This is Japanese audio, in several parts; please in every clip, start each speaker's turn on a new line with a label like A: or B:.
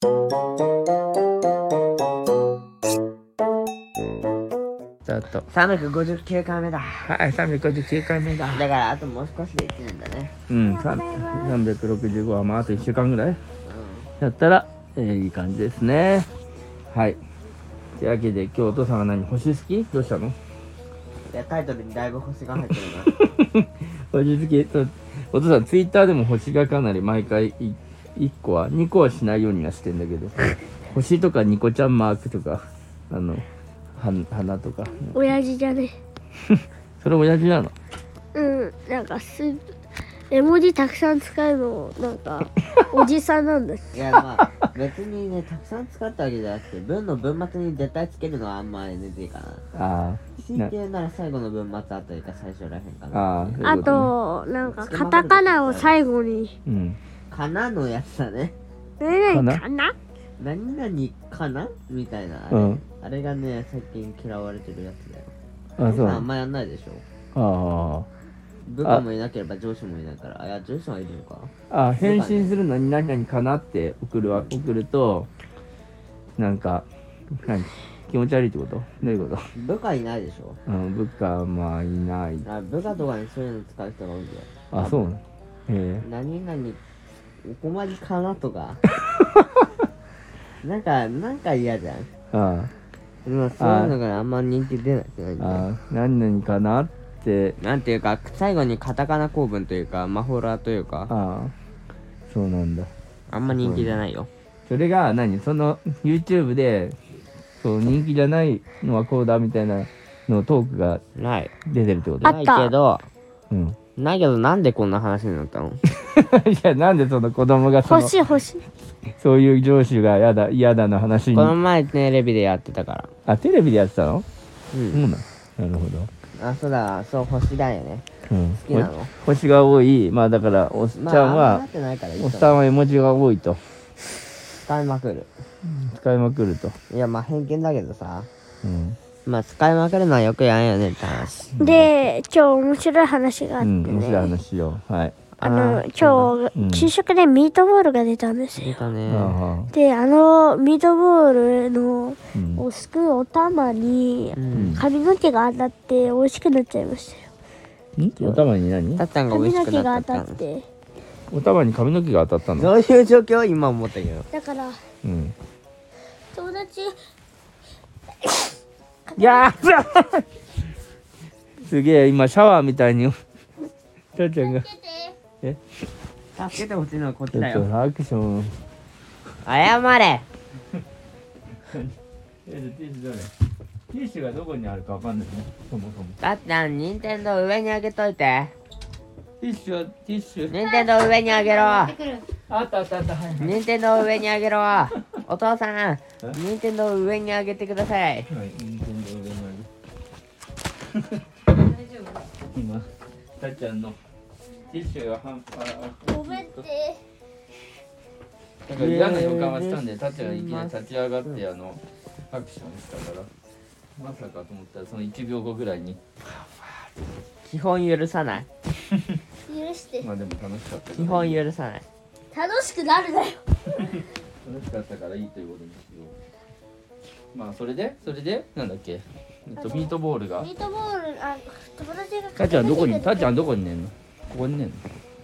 A: スタート。
B: 359回目だ。
A: はい、359回目だ。
B: だからあともう少しで1年だね。
A: うん、365はまああと1週間ぐらいやったら、いい感じですね。はい。というわけで今日お父さんは何、星好きどうしたの？
B: いや、タイトルにだいぶ星が入ってるな。
A: 星好きと、お父さんツイッターでも星がかなり毎回1個は2個はしないようにはしてんだけど、星とかニコちゃんマークとか花とか。
C: 親父じゃね。
A: それ親父なの？
C: うん、なんか絵文字たくさん使うのなんかおじさんなんだ。
B: いや、まあ別にね、たくさん使ったわけじゃなくて、文の文末に絶対つけるのはあんま NG かな。
A: あ
B: 強いて言うなら最後の文末あたりか最初らへんかな。
A: あ、
C: あとなんかカタカナを最後に。
A: うん。
B: かなのやつだね。
C: 何々かな？
B: 何々かなみたいなあれ、あれがね、最近嫌われてるやつだよ。
A: あ、そう
B: あんまやんないでしょ。
A: ああ。
B: 部下もいなければ上司もいないから。あ、いや、上司はいるのか。
A: あ、返信するのに何々かなって送ると、なんか、気持ち悪いってこと？どういうこと？
B: 部下いないでしょ。
A: うん、部下まあいない。
B: あ、部下とかにそういうの使う人が多いんだよ。
A: あ、そうなの？
B: 何々お困りかなとかなんか嫌じゃん。
A: あ
B: まあそういうのがあんま人気出ないってないんだよ。
A: あ、何々かなって。
B: なんていうか、最後にカタカナ構文というかマフォラーというか、
A: ああ、そうなんだ。
B: あんま人気じゃないよ。
A: それがその YouTube でそう人気じゃないのはこうだみたいなのトークが
B: ない
A: 出てるってこと？
B: ないけど、
A: うん。
B: ないけどなんでこんな話になったの？
A: いや、なんでその子供が
C: 欲しい。
A: そういう上司が嫌だの話に。
B: この前テレビでやってたから。
A: あ、テレビでやってたの？
B: うん。
A: そうなるほど。
B: あ、そうだ、そう、星だよね。
A: うん。
B: 好きなの？
A: 星が多い。まあだからおっちゃん
B: まあ、あんま
A: は
B: なってないからいいと
A: おっ
B: 思う。
A: さんは絵文字が多いと
B: 使いまくる。
A: 使いまくると。
B: いや、まあ偏見だけどさ、
A: うん。
B: まあ使いまくるのはよくやんよねって話。
C: で、今日面白い話があって
A: 面白い
C: ね。
A: 話しよう。はい。
C: 今
A: うん
C: 日給食でミートボールが出たんですよ。
B: 出たね。
C: で、ミートボールのをすくうお玉に髪の毛が当たって美味しくなっちゃいましたよ。
A: お玉に何？
B: たっちゃんが美
C: 髪の
B: 味しくなった
C: 毛が当た
B: っ
C: ってて。
A: お玉に髪の毛が当たったの？
B: どういう状況？今思ったけど。
C: だから
A: うん。
C: 友達
A: いやーすげえ今シャワーみたいにたっちゃんが
B: 助けてほしいのはこっち
A: ちょっ
B: だよ。
A: とアクション。
B: 謝れ。
A: ティッシュがどこにあるかわかんないね。そもそも
B: たっちゃん、任天堂上にあげといて。
A: ティッシュ
B: 任天堂上にあげろ。
A: あったはいはい。
B: 任天堂上にあげろ。お父さん、任天堂上にあげてください。
A: はい、任天堂上に今たっちゃんのティッシュが
C: ごめんって。
A: だから嫌な予感はしたんで、たっちゃんがいきなり立ち上がってアクションしたからまさかと思ったらその1秒後ぐらいに
B: 基本許さない。
C: 許して
A: まあでも楽しかったから
B: 基本許さない。
C: 楽しくなるなよ。
A: 楽しかったからいいということにしよう。まあそれでなんだっけ、ミートボールが
C: ミートボール友達が
A: たっちゃんどこに寝んの？ここに寝んの？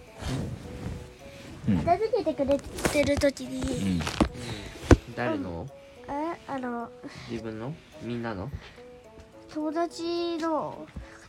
C: 片付けてくれてる時に、
B: 誰の？自分の？みんなの？
C: 友達の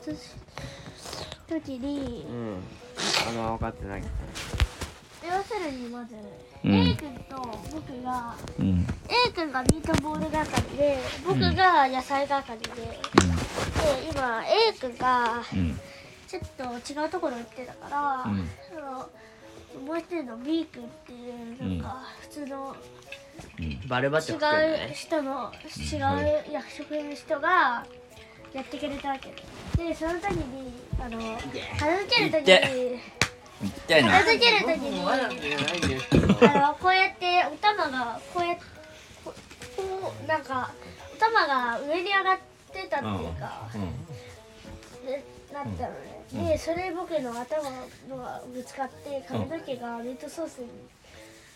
C: 時に、
B: あんま分かってない。
C: 要するにまず、
A: うん
C: A 君と僕が、
A: うん
C: A 君がミートボール係で僕が野菜係で、で今 A 君がちょっと違うところ行ってたから、もう一人の B 君っていうなんか普通の
B: バルバチョフ君
C: 違う
B: ね。
C: 人の違う役職の人がやってくれたわけで、その時に片付ける時に片付ける時にこうやってお玉がこうなんかお玉が上に上がってたっていうか、でなったのね。でそれ僕の頭のがぶつかって髪の毛がミートソースに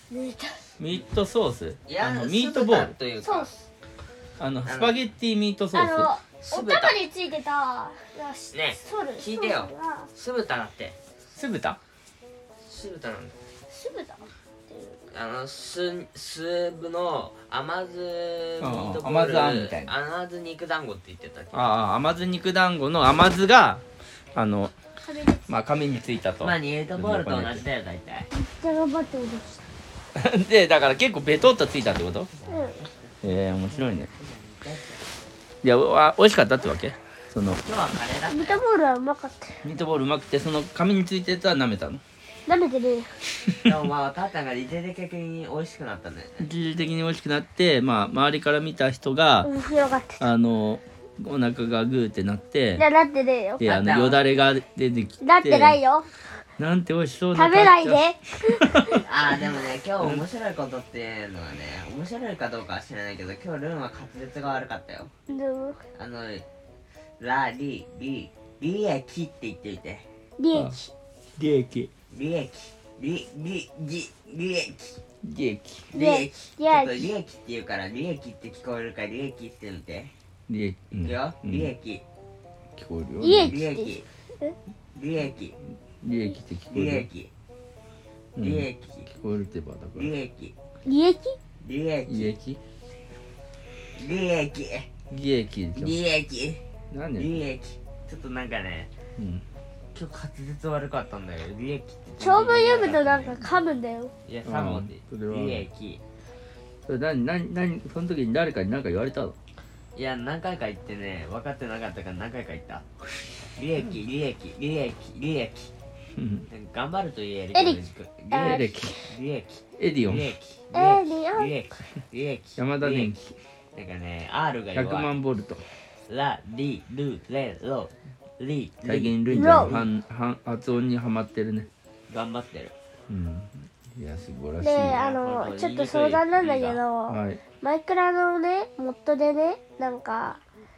C: ミ
A: ミートソース
B: いや
A: ミートボール
B: というか
C: ソース
A: スパゲッティミートソース
C: お玉についてた
B: ね
C: ソル
B: 聞いてよ
C: ソースが
B: 酢豚だって
A: 酢豚
B: 酢豚なんだ
C: 酢豚っていう
B: スープの甘酢ミートボール
A: 甘酢あんみたいな
B: 甘酢肉団子って言ってたっけ
A: 甘酢肉団子の甘酢が
C: 壁で
A: まあ紙についたと
B: まあミートボールと同じだよ大体
C: めっちゃ頑張って踊した
A: でだから結構ベトっとついたってこと面白いねいや美味しかったってわけその
B: 今日はカレーだ
C: うんミートボールはうまかったよ
A: ミートボールうまくてその紙についてたら舐めたの
C: 舐めてねえよ
B: でもまあタッタンが理性的に美味しくなったんだよね
A: 一時的に美味しくなってまあ周りから見た人が
C: 面白かった
A: お腹がグーってなって
C: じゃあなってねえよ
A: でよだれが出てきて
C: なってないよ
A: なんて美味しそうな
C: 食べないで
B: あーでもね今日面白いことっていうのはね面白いかどうかは知らないけど今日ルンは滑舌が悪かったよ
C: でも
B: ラリリ利益って言ってみて
C: 利益
A: 利益
B: 利益利益
A: 利益
B: 利益
C: 利益
B: ちょっと利益って言うから利益って聞こえるから利益ってみて
A: 利益
B: いくよ
A: うん
B: 利益
A: 聞こえるよ
C: 利益
B: 利益
C: え
B: 利益
A: 利益って聞こえる
B: 利益
A: うん
B: 利益
A: 聞こえるってばだから
B: 利益
C: 利益
B: 利益
A: 利益
B: 利益
A: 利益じ
B: 利益
A: ゃん何
B: 利益ちょっとなんかね
A: うん
B: 今日滑舌悪かったんだよ利益って
C: 長文読むとなんか噛むんだよ
B: いや3文字
A: それは
B: 利益
A: それ何その時に誰かに何か言われたの
B: いや何回か言ってね分かってなかったから何回か言った利益利益利益利益
A: うん
B: 頑張ると言える
C: エリ
B: 利
A: エレキ
B: 利益
A: エディオン
B: 利益
C: リオン
B: 利益利益
A: 山田電機
B: なんかね R が
A: 100
B: 弱い
A: 万ボルト
B: ラリルレロリ
A: 最
B: リ
A: 近ルンジャン発音にはまってるね
B: 頑張ってる
A: うんいや素晴らしい
C: で
A: ね
C: ちょっと相談なんだけど
A: はい
C: マイクラのねモッドでねなんか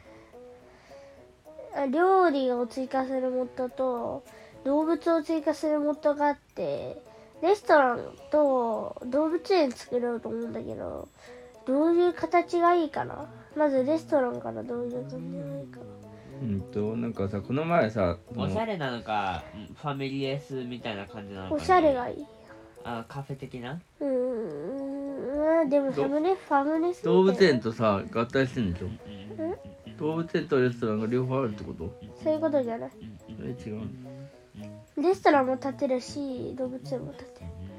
C: 料理を追加するモッドと動物を追加するモッドがあってレストランと動物園作ろうと思うんだけどどういう形がいいかなまずレストランからどういう感じがいいかな
A: なんかさこの前さ
B: おしゃれなのかファミリエスみたいな感じなのか
C: おしゃれがいい
B: カフェ的な
C: でもファムレス
A: 動物園とさ合体してんでしょ動物園とレストランが両方あるってこと
C: そういうことじゃない
A: 違う
C: レストランも建てるし動物園も建てる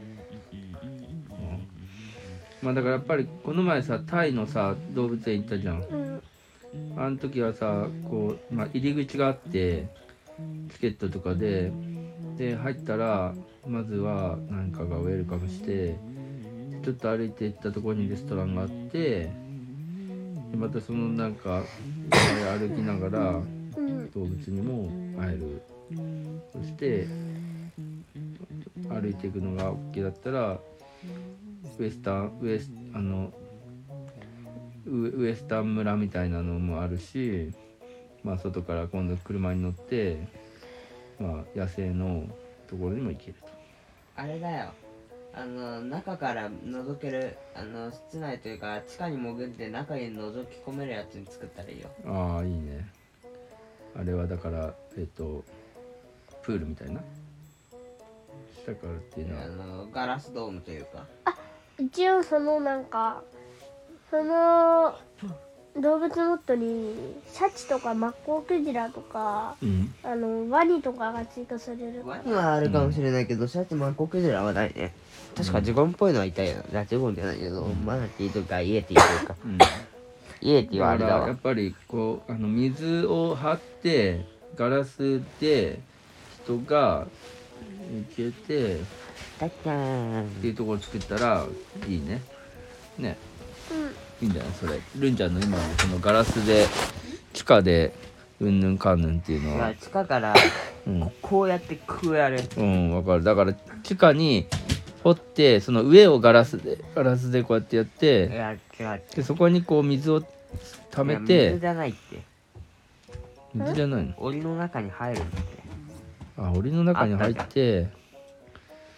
A: まあだからやっぱりこの前さタイのさ動物園行ったじゃんあの時はさこう、まあ、入り口があってチケットとかで入ったらまずは何かがウェルカムしてちょっと歩いて行ったところにレストランがあってでまたそのなんか歩きながら動物にも会えるそして歩いていくのが OK だったらウエスタン村みたいなのもあるし、まあ、外から今度車に乗って、まあ、野生のところにも行けると。
B: あれだよ中から覗ける室内というか地下に潜って中に覗き込めるやつに作ったらいいよ
A: ああいいね。あれはだからプールみたいな下からっていうのは
B: ガラスドームというか
C: 一応その動物モッドにシャチとかマッコウクジラとかワニとかが追加される
B: ワニはあるかもしれないけどシャチマッコウクジラはないね確かジュゴンっぽいのはいたよジュゴンじゃないけどマナティーとかイエティというかイエティはあれだわ
A: だからやっぱりこう水を張ってガラスで人が行けて
B: タッターン
A: っていうところを作ったらいいね。ね。いいんじゃないそれ。ルンちゃんの今のそのガラスで地下でうんぬんかんぬんっていうのは。
B: 地下から
A: うん
B: こうやってこうやる
A: わかる。だから地下に掘ってその上をガラスでこうやってやって
B: いや違う
A: でそこにこう水を溜め
B: いや水
A: て
B: じゃないって
A: 水じゃないの？
B: 檻の中に入るんだって
A: あ、檻の中に入って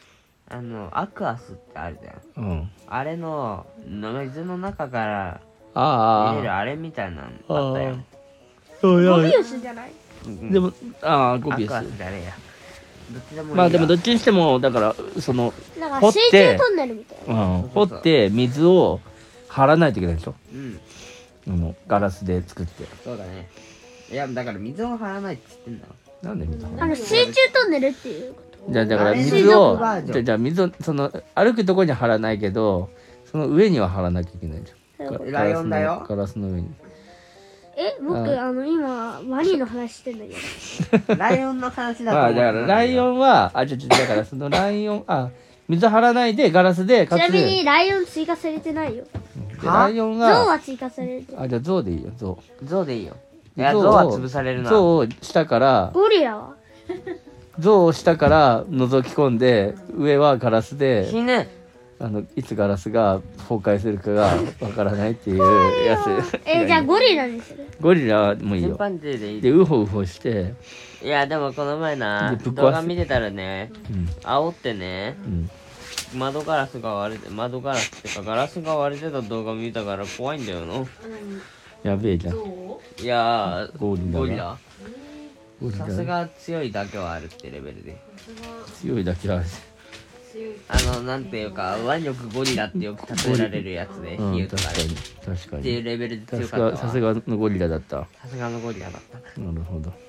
B: アクアスってあるじゃん。
A: うん
B: あれの水の中から
A: あ
B: 見えるあれみたいなのあったよ。
A: そう
C: モビウスじゃない？
B: うん
A: でもゴビウ
B: アクアス
A: ス
B: じゃねえや。どっちでもいいわ。
A: まあでもどっちにしてもだからその
C: なんか
A: 掘って
C: 水中トンネルみたいな。
A: 掘って水を張らないといけないでしょガラスで作って
B: そうだね。いやだから水を張らないって言ってんだ。
A: なんで水張らない
C: 水中トンネルっていうこと。
A: じゃあだから水
B: 水
A: を
B: 族バージョン
A: じゃあ水をその歩くところに張らないけどその上には張らなきゃいけないじゃん
C: そういうこと
B: ライオンだよ
A: ガラスの上に
C: 僕今ワニの話してんだけど。
B: ライオンの話だと
A: まあ
B: 思ってたんだけど。
A: だからライオンはだからそのライオン水張らないでガラスで
C: ち
A: かつ
C: なみにライオン追加されてないよ。
A: でライオン
C: ゾウ
A: が
C: は追加されてる。
A: じゃあゾウでいいよゾ
B: ゾウでいいよ。
A: ウ
B: いやゾウは潰されるな。
A: ゾウを下から
C: ゴリラは？
A: ゾウを下から覗き込んで上はガラスで
B: 死ぬ。
A: いつガラスが崩壊するかがわからないっていうやつ
C: じゃあゴリラにする。
A: ゴリラもいいよ
B: チンパンジーでいい。
A: でウホウホして
B: いやでもこの前な
A: でぶっ壊す
B: 動画見てたらね
A: うん
B: 煽ってね
A: うん
B: 窓ガラスってかガラスが割れてた動画見たから怖いんだよな。
A: やべえじゃん
B: いやー
A: ゴリラが
B: ゴリラ
A: ゴリラ
B: さすが強いだけはあるってレベルで。
A: 強いだけは
B: なんていうか腕力ゴリラってよく例えられるやつで
A: うん
B: 言うとかね
A: 確かに確か
B: っていう
A: に
B: レベルで強
A: さす
B: かったわ。
A: がさすがのゴリラだった
B: さすがのゴリラだった。
A: なるほど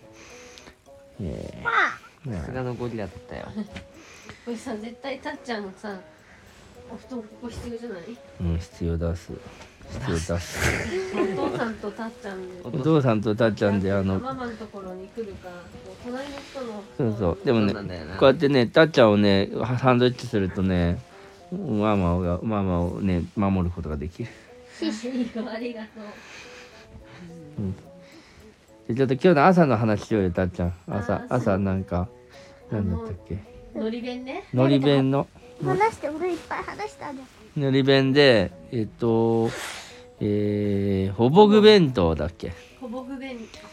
B: さすがのゴリラだったよ。
D: これさ絶対たっちゃんさお布団ここ必要じゃない？
A: うん必要出す
D: お父さんとたっちゃんで
A: お父さんとたっちゃんで
D: ママのところに来るかこう隣の人の
A: そうそうでもね
B: そうなんだよな
A: こうやってねたっちゃんをねサンドイッチするとねママをね守ることができる
D: いいよありがとう。
A: でちょっと今日の朝の話しようよたっちゃん
D: そう
A: 朝なんかなんだったっけ
D: のり弁ね。
A: のり弁の
C: 話して俺いっぱい話したじゃん。
A: のり弁でほぼぐ弁当だっけ
D: ほぼぐの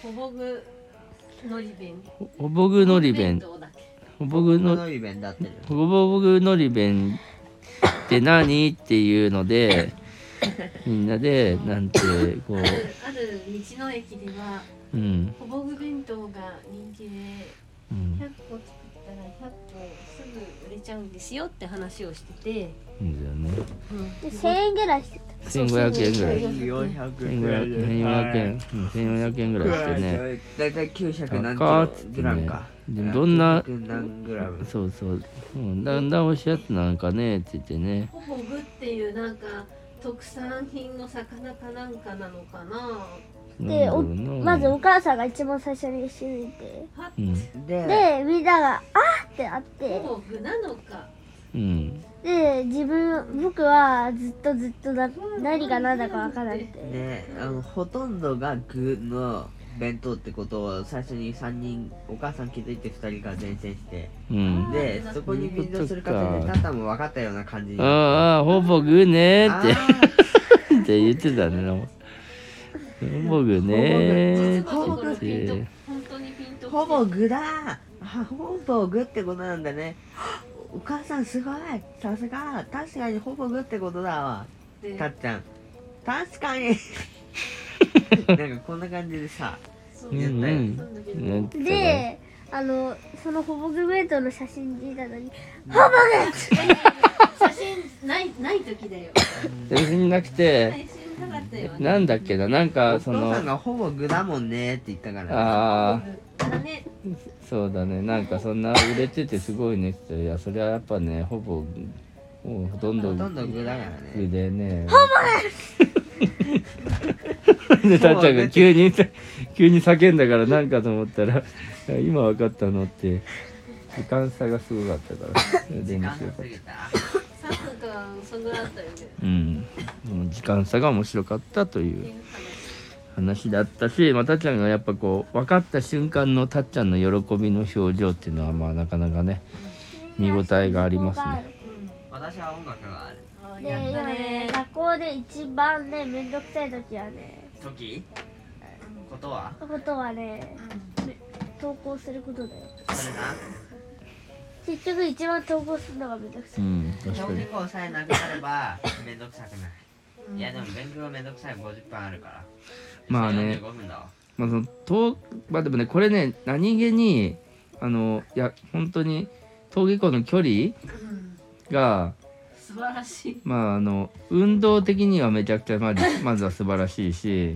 D: り弁。
A: ほぼぐのり弁
D: 当だっけ。
A: ほぼぐの
B: のり弁だってる。
A: ほぼぐのり弁って何っていうのでみんなでなんてこう
D: ある道の駅では
A: うん
D: ほぼぐ弁当が人気で
A: うん
D: 100個作ったら100個すぐ売れちゃうんですよって話をしてて、
A: いいんだよね
C: で1000円ぐらいしてた。
A: 1500円ぐらい
B: 400
A: 1400円1400円ぐらいしてね
B: だいたい900何
A: 高っ
B: キログラムか。
A: でどんな
B: 900何グラム。
A: そうそう、だんだん美味しいやつなんかねって言ってね
D: ほぼぐっていうなんか特産品の魚かなんかなのかな。
C: で
A: なんだろうな
C: まずお母さんが一番最初に死んで
A: うん
C: でみんなが「あっ!」ってなって
D: ほぼぐなのか。
A: うん
C: で僕はずっと何が何だか分からなくて
B: ねほとんどが具の弁当ってことを最初に3人お母さん気づいて2人が前線して
A: うん
B: でそこに便乗する過程でタタも分かったような感じに
A: ああほぼぐねーって
B: あー
A: って言ってたねほぼぐね
D: 実はところ
A: ーって
D: ピンと
A: 言って
D: 本当にピンと
B: ほぼ具だほぼ具ってことなんだねお母さんすごいさすが確かにほぼ具ってことだわ
D: で
B: たっちゃん確かになんかこんな感じでさ
D: そう
A: うんうん
D: なんだけど
A: なんて言
C: でそのほぼぐ弁当の写真見たのに
D: 写真ない時だよ。
A: った別になくて
D: 写真なかったよ。
A: なんだっけななん
B: お
A: かその
B: 父さんがほぼ具だもんねって言ったから
A: ああ
D: だね。
A: そうだねなんかそんな売れててすごいねって言っていやそれはやっぱねほぼもうほとんど
B: ほとんど具だからね
A: 具でねでたっちゃんが急に叫んだからなんかと思ったら今分かったのって時間差がすごかったからで面白かった
D: 3分間そんぐらいあったよね。
A: うん時間差が面白かったという話だったし、たっちゃんがやっぱこう分かった瞬間のたっちゃんの喜びの表情っていうのはまあなかなかね見応えがありますね。
B: 私は音楽がある
C: で
D: やった
C: 今ね
D: ね。
C: 学校で一番ねめんどくさい時はね
B: 時ことは
C: ことはね登校することだよ
B: それな
C: 結局一番投稿するのがめんどくさい、
A: 確かに
B: 小学校さえなくなればめんどくさくない。いやでも勉強がめんどくさい50分あるから。
A: まあね
B: 45分だわ。
A: まあでもねこれね何気にいや本当に登下校の距離が
D: 素晴らしい。
A: まあ運動的にはめちゃくちゃまずは素晴らしいし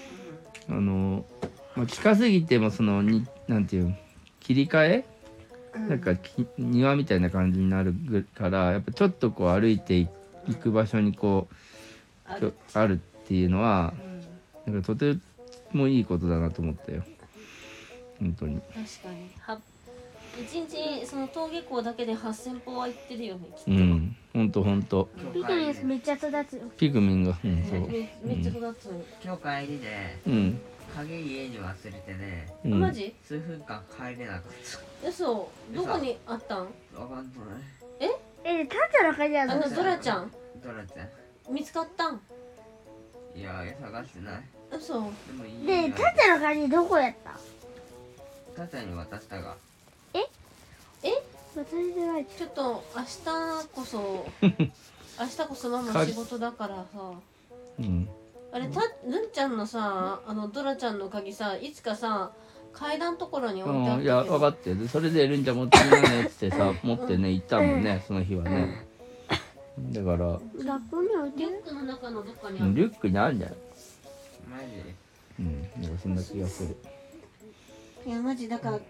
A: まあ、近すぎてもなんていう切り替えなんか庭みたいな感じになるからやっぱちょっとこう歩いていく場所にこうあるっていうのはなんかとてもいいことだなと思ったよ本当に。
D: 確かに一日その登下校だけで8000歩は行ってるよねきっと。
A: ほんと
C: ピクミンめっちゃ育つよ。
A: ピグミンがそう
D: めっちゃ育つのに。
B: 今日帰りで鍵家に忘れてね、
D: マジ？
B: 数分間帰れなかっ
D: 嘘。どこにあったん？
B: た。わかんない。
C: タンちゃんの鍵はどうしたの？
D: ドラちゃん
B: ドラちゃん。
D: 見つかったん？
B: いや探してない。
D: 嘘。
B: でもいい。
C: でタンちゃんの鍵どこやった？
B: タちゃんに渡したが。
C: 私じゃない。
D: ちょっと明日こそママ仕事だからさ。あれルンちゃんのさドラちゃんの鍵さいつかさ階段のところに置いてあったけど。
A: いや分かってるそれでルンちゃん持ってきなねっつってさ持ってね行ったもんねその日はねだから
C: 学校に置いてる？
D: リュックの中のどっかにある。
A: リュックにあるんじゃない
B: マジ？
A: なんかそんな気がする。
D: いやマジだから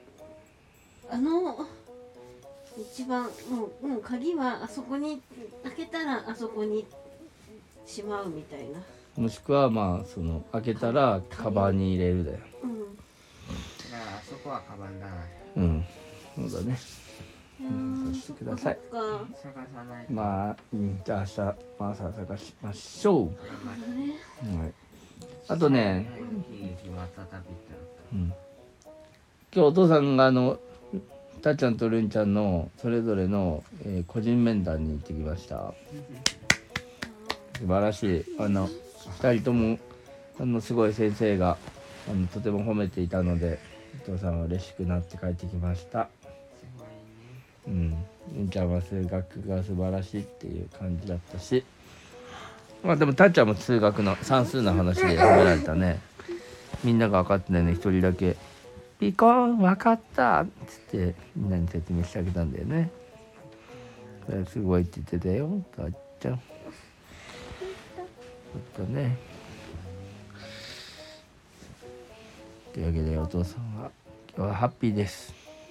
D: 一番もう鍵はあそこに開けたらあそこにしまうみたいな。
A: もしくはまあ開けたらカバンに入れるだよ。
B: だからあそこはカバンだな。
A: そうだね。させてください。
B: 探さないと。
A: まあじゃあ明日朝探しましょう。はい。あとね、今日お父さんがたっちゃんとるんちゃんのそれぞれの、個人面談に行ってきました。素晴らしい2人ともすごい先生がとても褒めていたのでお父さんは嬉しくなって帰ってきました。るんちゃんは数学が素晴らしいっていう感じだったしまあでもたっちゃんも数学の算数の話で褒められたね。みんなが分かってないのに一人だけピコン分かったっつってみんなに説明してあげたんだよね。それすごいって言ってたよたっちゃん。ちょっとね。というわけでお父さんは今日はハッピーです。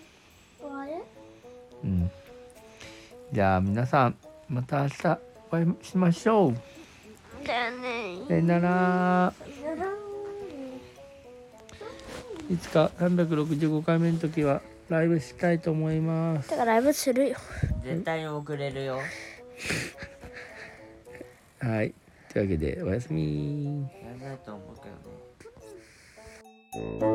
A: じゃあ皆さんまた明日お会いしましょう。
C: だよね。
A: さよなら。いつか365回目の時はライブしたいと思います。
C: だからライブするよ。
B: 絶対に遅れるよ。
A: はい。というわけでおやすみ。
B: やらないと思うけどね。